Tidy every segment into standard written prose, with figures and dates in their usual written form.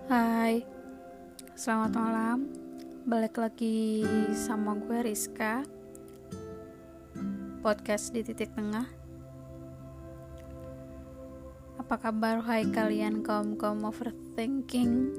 Hai, selamat malam. Balik lagi sama gue Rizka. Podcast di titik tengah. Apa kabar hai kalian kaum overthinking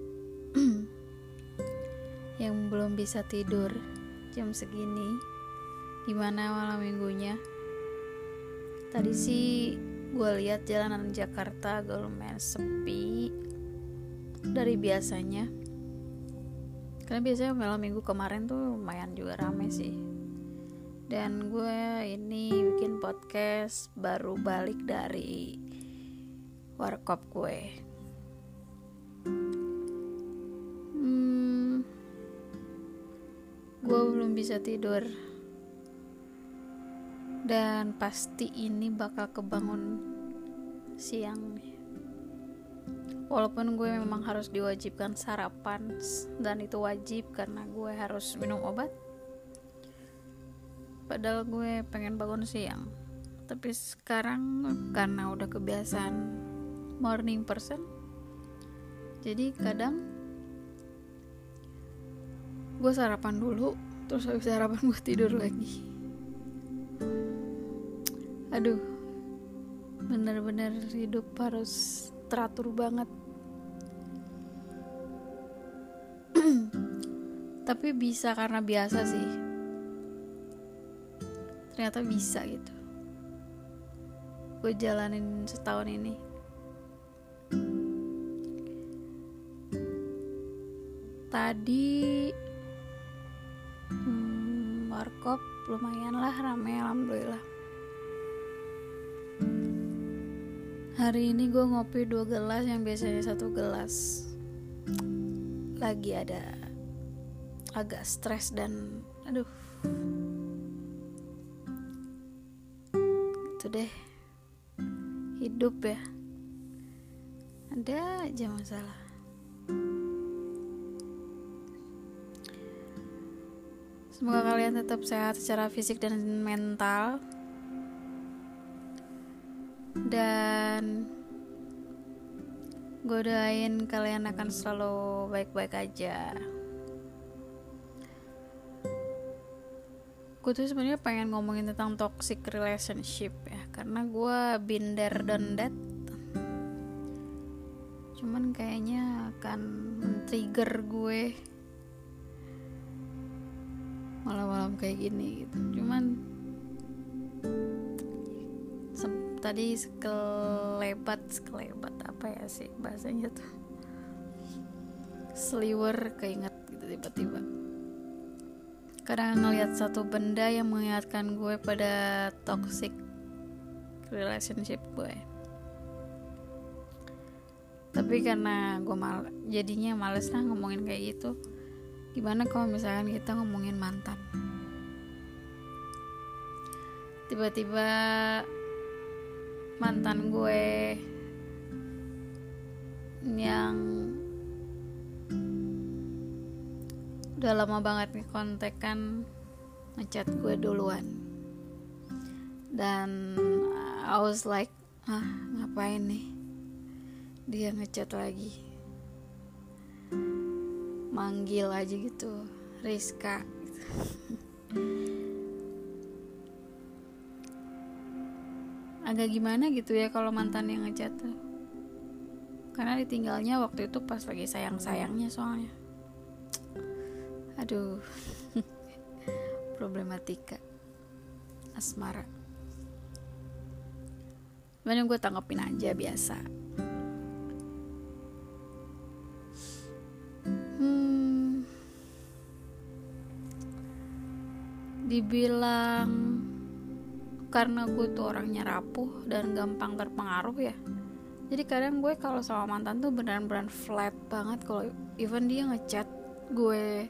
yang belum bisa tidur jam segini? Gimana malam minggunya? Tadi sih gue lihat jalanan Jakarta agak lumayan sepi dari biasanya, karena biasanya malam minggu kemarin tuh lumayan juga rame sih. Dan gue ini bikin podcast baru balik dari warkop gue. Gue belum bisa tidur dan pasti ini bakal kebangun siang nih. Walaupun gue memang harus diwajibkan sarapan, dan itu wajib karena gue harus minum obat. Padahal gue pengen bangun siang, tapi sekarang karena udah kebiasaan morning person, jadi kadang gue sarapan dulu, terus habis sarapan gue tidur lagi. Aduh, bener-bener hidup harus teratur banget. Tapi bisa karena biasa sih. Ternyata bisa gitu. Gue jalanin setahun ini. Tadi warkop lumayan lah rame, alhamdulillah. Hari ini gue ngopi 2 gelas yang biasanya 1 gelas. Lagi ada agak stres dan aduh, itu deh, hidup ya, ada aja masalah. Semoga kalian tetap sehat secara fisik dan mental, dan gue doain kalian akan selalu baik-baik aja. Gue tuh sebenarnya pengen ngomongin tentang toxic relationship ya, karena gue been there done that. Cuman kayaknya akan men-trigger gue malam-malam kayak gini gitu. Cuman tadi sekelebat apa ya sih bahasanya tuh, seliwer keinget gitu tiba-tiba. Kadang ngelihat satu benda yang mengingatkan gue pada toxic relationship gue. Tapi karena gue jadinya males lah ngomongin kayak gitu. Gimana kalau misalkan kita ngomongin mantan? Tiba-tiba mantan gue yang udah lama banget nih kontekan ngechat gue duluan, dan I was like, ngapain nih dia ngechat lagi, manggil aja gitu, Rizka gitu. Agak gimana gitu ya kalau mantan yang ngechat tuh, karena ditinggalnya waktu itu pas lagi sayang-sayangnya soalnya. Aduh, problematika asmara. Sebenarnya gue tanggepin aja biasa. Dibilang karena gue tuh orangnya rapuh dan gampang terpengaruh ya, jadi kadang gue kalau sama mantan tuh beneran flat banget. Kalau even dia ngechat gue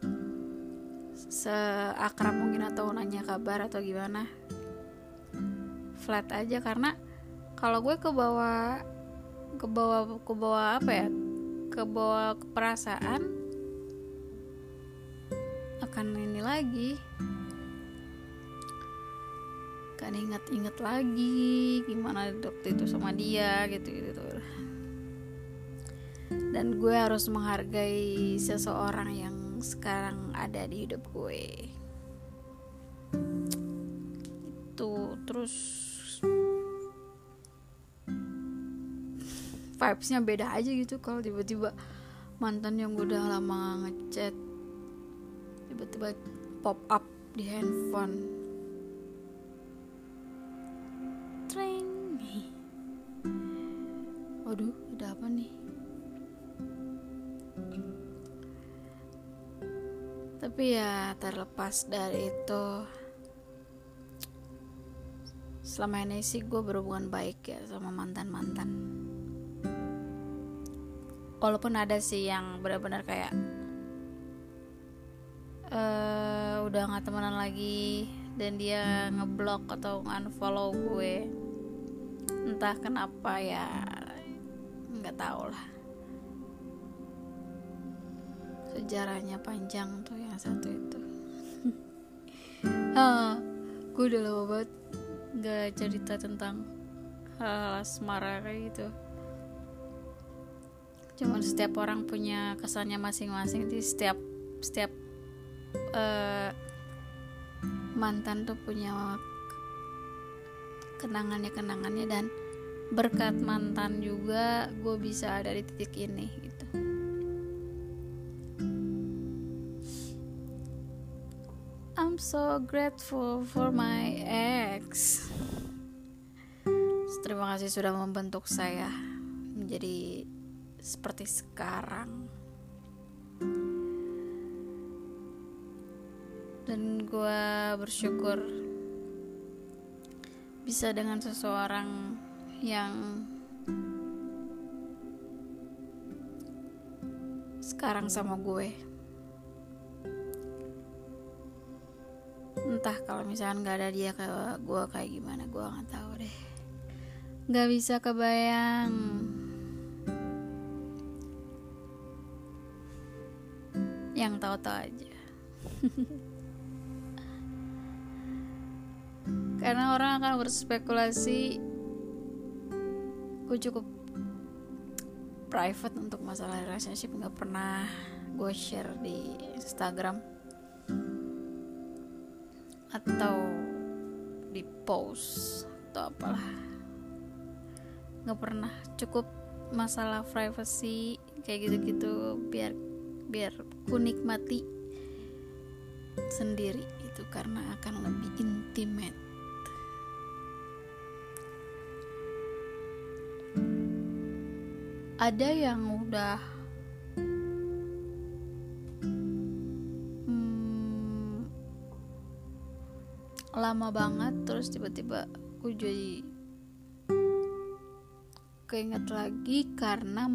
seakrab mungkin atau nanya kabar atau gimana, flat aja. Karena kalau gue kebawa apa ya, kebawa keperasaan, akan ini lagi, kan inget lagi gimana waktu itu sama dia gitu. dan gue harus menghargai seseorang yang sekarang ada di hidup gue. Itu terus vibesnya beda aja gitu kalau tiba-tiba mantan yang gue udah lama ngechat tiba-tiba pop up di handphone. Tring. Waduh, ada apa nih? Tapi ya terlepas dari itu, selama ini sih gue berhubungan baik ya sama mantan-mantan. Walaupun ada sih yang benar-benar kayak udah gak temenan lagi dan dia ngeblok atau unfollow gue, entah kenapa ya, nggak tahu lah. Sejarahnya panjang tuh yang satu itu. Gue udah lama banget nggak cerita tentang hal asmara kayak gitu. Cuman setiap orang punya kesannya masing-masing. Jadi setiap mantan tuh punya kenangannya dan berkat mantan juga gue bisa ada di titik ini gitu. I'm so grateful for my ex. Terima kasih sudah membentuk saya menjadi seperti sekarang. Dan gue bersyukur bisa dengan seseorang yang sekarang sama gue. Entah kalau misalkan gak ada dia kayak gue kayak gimana, gue gak tahu deh. Gak bisa kebayang. Yang tahu-tahu aja. Karena orang akan berspekulasi. Gue cukup private untuk masalah relationship, gak pernah gue share di Instagram atau di post atau apalah, gak pernah. Cukup masalah privacy kayak gitu-gitu biar ku nikmati sendiri itu, karena akan lebih intimate. Ada yang udah lama banget, terus tiba-tiba aku jadi keinget lagi karena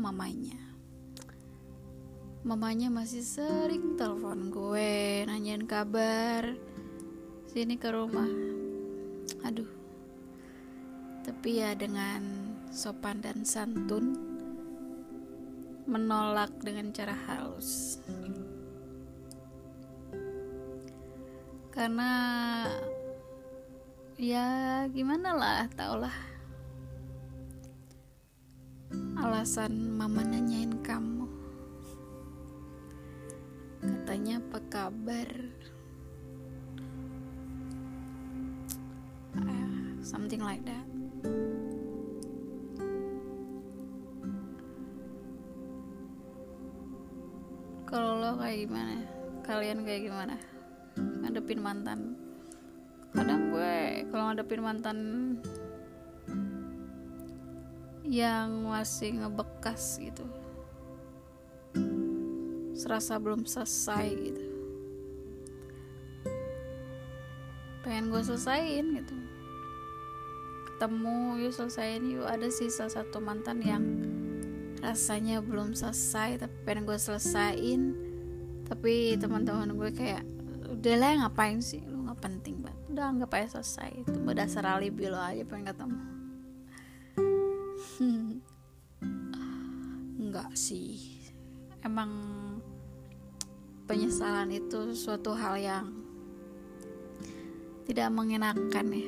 mamanya masih sering telepon gue, nanyain kabar, sini ke rumah. Aduh, tapi ya dengan sopan dan santun, menolak dengan cara halus. Karena ya gimana lah, tau lah alasan mama nanyain kamu, katanya apa kabar, something like that. Kalau lo kayak gimana? Kalian kayak gimana ngadepin mantan? Kadang gue kalau ngadepin mantan yang masih ngebekas gitu, serasa belum selesai gitu, pengen gue selesain gitu. Ketemu yuk selesain yuk. Ada sih salah satu mantan yang rasanya belum selesai tapi pengen gue selesain, tapi teman-teman gue kayak udahlah ngapain sih, lu nggak penting banget, udah anggap aja selesai, itu berdasar alibi lo aja pengen ketemu. Enggak sih, emang penyesalan itu suatu hal yang tidak mengenakan ya,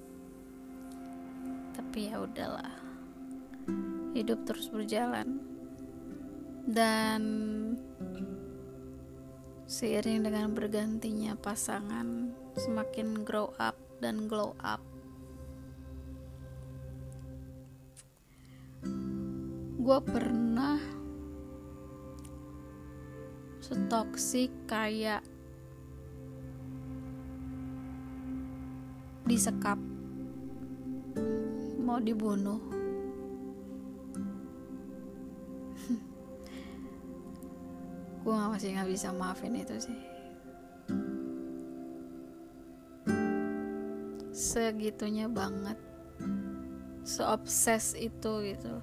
tapi ya udahlah, hidup terus berjalan. Dan seiring dengan bergantinya pasangan, semakin grow up dan glow up, gue pernah setoksik kayak disekap, mau dibunuh. Gue masih gak bisa maafin itu sih. Segitunya banget, seobses itu gitu.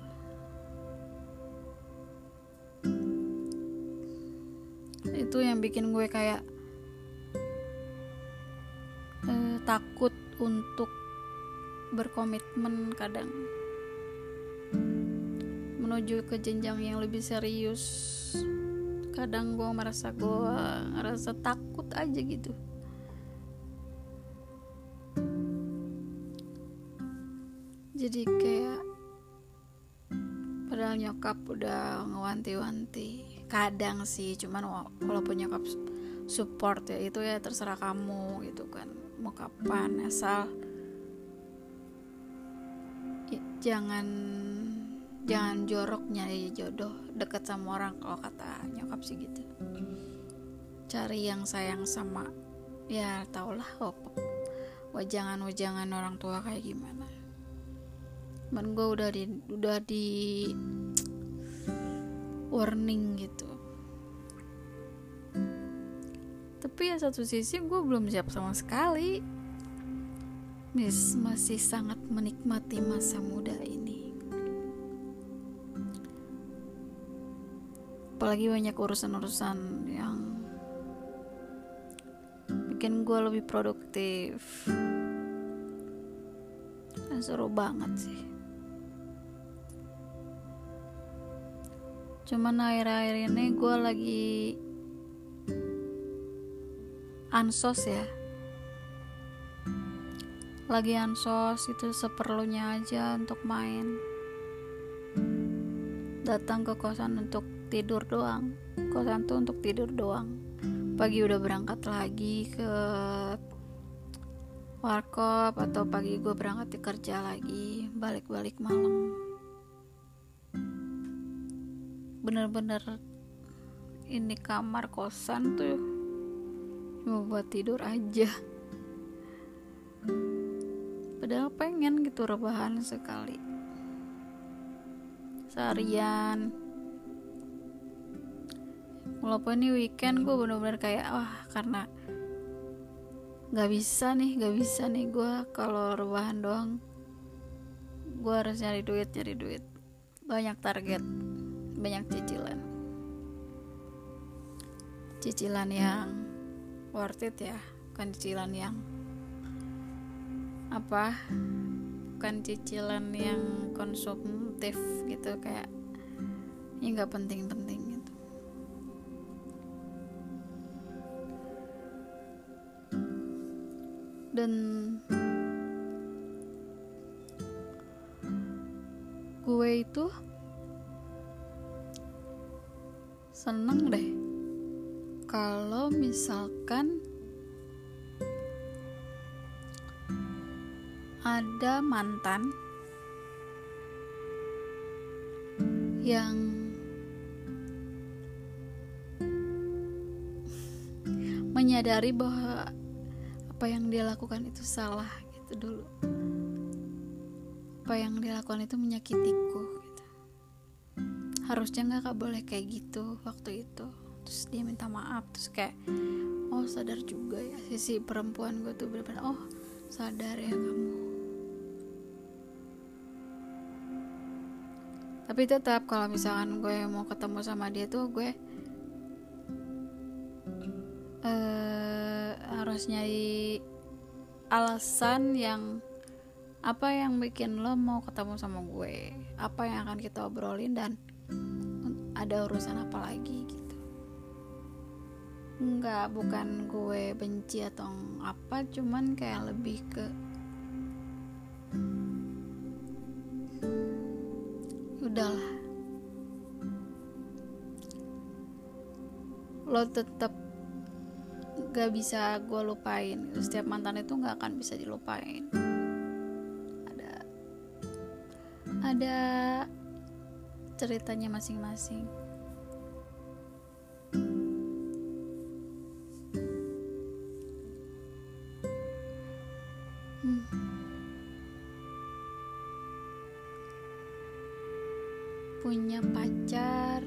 Itu yang bikin gue kayak takut untuk berkomitmen kadang, menuju ke jenjang yang lebih serius. Kadang gue ngerasa takut aja gitu. Jadi kayak padahal nyokap udah ngewanti-wanti, kadang sih, cuman walaupun nyokap support ya, itu ya terserah kamu gitu kan, mau kapan, asal jangan jorok nyari jodoh deket sama orang, kalau kata nyokap sih gitu. Cari yang sayang sama, ya taulah wajangan orang tua kayak gimana. Men gue udah di warning gitu. Tapi ya satu sisi gue belum siap sama sekali. Masih sangat menikmati masa muda ini. Apalagi banyak urusan-urusan yang bikin gue lebih produktif. Dan seru banget sih. Cuman akhir-akhir ini gue lagi ansos ya. Lagi ansos itu seperlunya aja untuk main. Datang ke kosan untuk tidur doang. Kosan tuh untuk tidur doang. Pagi udah berangkat lagi ke warkop, atau pagi gue berangkat kerja lagi, balik malam. Bener-bener ini kamar kosan tuh cuma buat tidur aja. Padahal pengen gitu rebahan sekali seharian. Walaupun ini weekend gue bener-bener kayak karena gak bisa nih gue kalau rebahan doang. Gue harus nyari duit, banyak target, banyak cicilan yang worth it ya, bukan cicilan yang bukan cicilan yang konsumtif gitu, kayak ini gak penting-penting gitu. Dan gue itu seneng deh kalau misalkan ada mantan yang menyadari bahwa apa yang dia lakukan itu salah gitu dulu. Apa yang dia lakukan itu menyakitiku gitu. Harusnya gak boleh kayak gitu waktu itu. Terus dia minta maaf, terus kayak sadar juga ya, sisi perempuan gue tuh bener-bener sadar ya kamu. Tapi tetap kalau misalkan gue mau ketemu sama dia tuh gue harus nyari alasan yang apa yang bikin lo mau ketemu sama gue, apa yang akan kita obrolin, dan ada urusan apa lagi gitu. Bukan gue benci atau apa, cuman kayak lebih ke udahlah, lo tetap gak bisa gue lupain gitu. Setiap mantan itu gak akan bisa dilupain. Ada ceritanya masing-masing. Punya pacar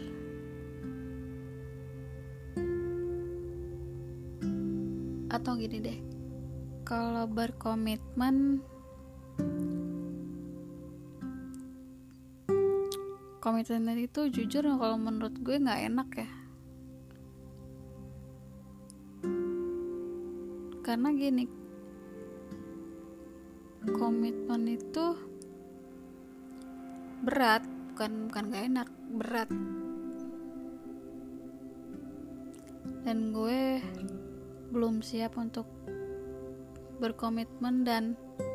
atau gini deh, kalau berkomitmen itu jujur kalau menurut gue nggak enak ya, karena gini, komitmen itu berat, bukan nggak enak, berat. Dan gue belum siap untuk berkomitmen dan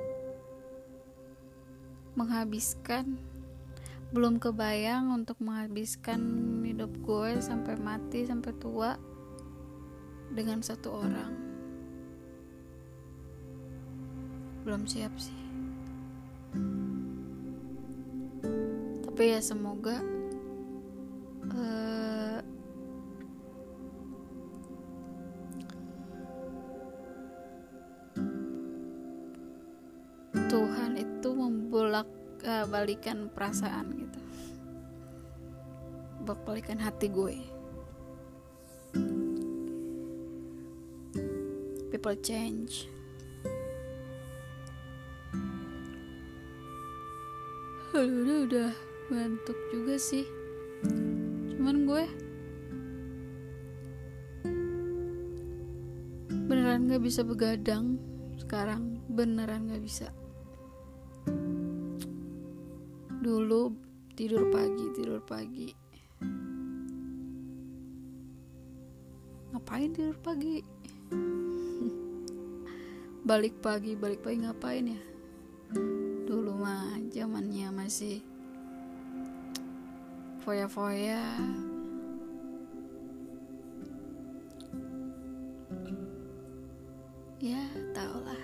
menghabiskan, belum kebayang untuk menghabiskan hidup gue sampai mati, sampai tua dengan satu orang. Belum siap sih. Tapi ya semoga Tuhan itu balikan perasaan gitu, balikan hati gue. People change. Udah ngantuk juga sih. Cuman gue beneran gak bisa begadang sekarang, beneran gak bisa. Dulu tidur pagi. Ngapain tidur pagi? Balik pagi ngapain ya? Dulu mah zamannya masih foya-foya. Ya, tau lah.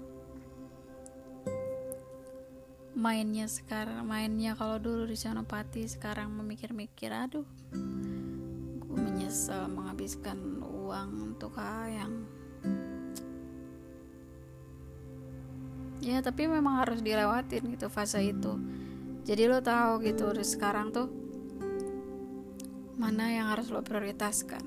Mainnya kalau dulu di Senopati, sekarang memikir-mikir, aduh, gue menyesal menghabiskan uang untuk hal yang ya, tapi memang harus dilewatin gitu fase itu. Jadi lo tahu gitu sekarang tuh mana yang harus lo prioritaskan.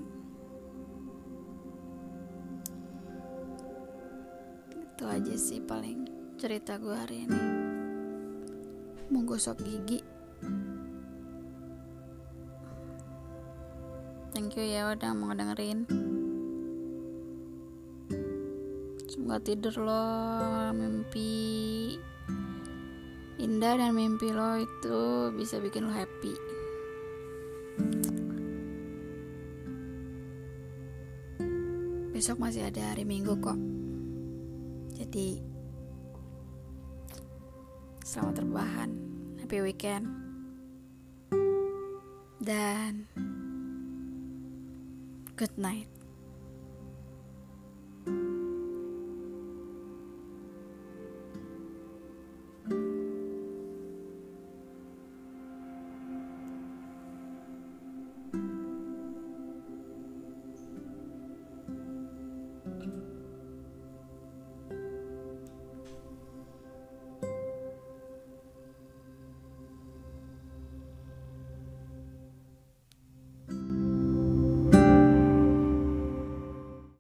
Itu aja sih paling cerita gue hari ini. Mau gosok gigi. Thank you ya udah mau dengerin. Semoga tidur lo mimpi indah dan mimpi lo itu bisa bikin lo happy. Besok masih ada hari Minggu kok. Jadi selamat rebahan, happy weekend, dan good night.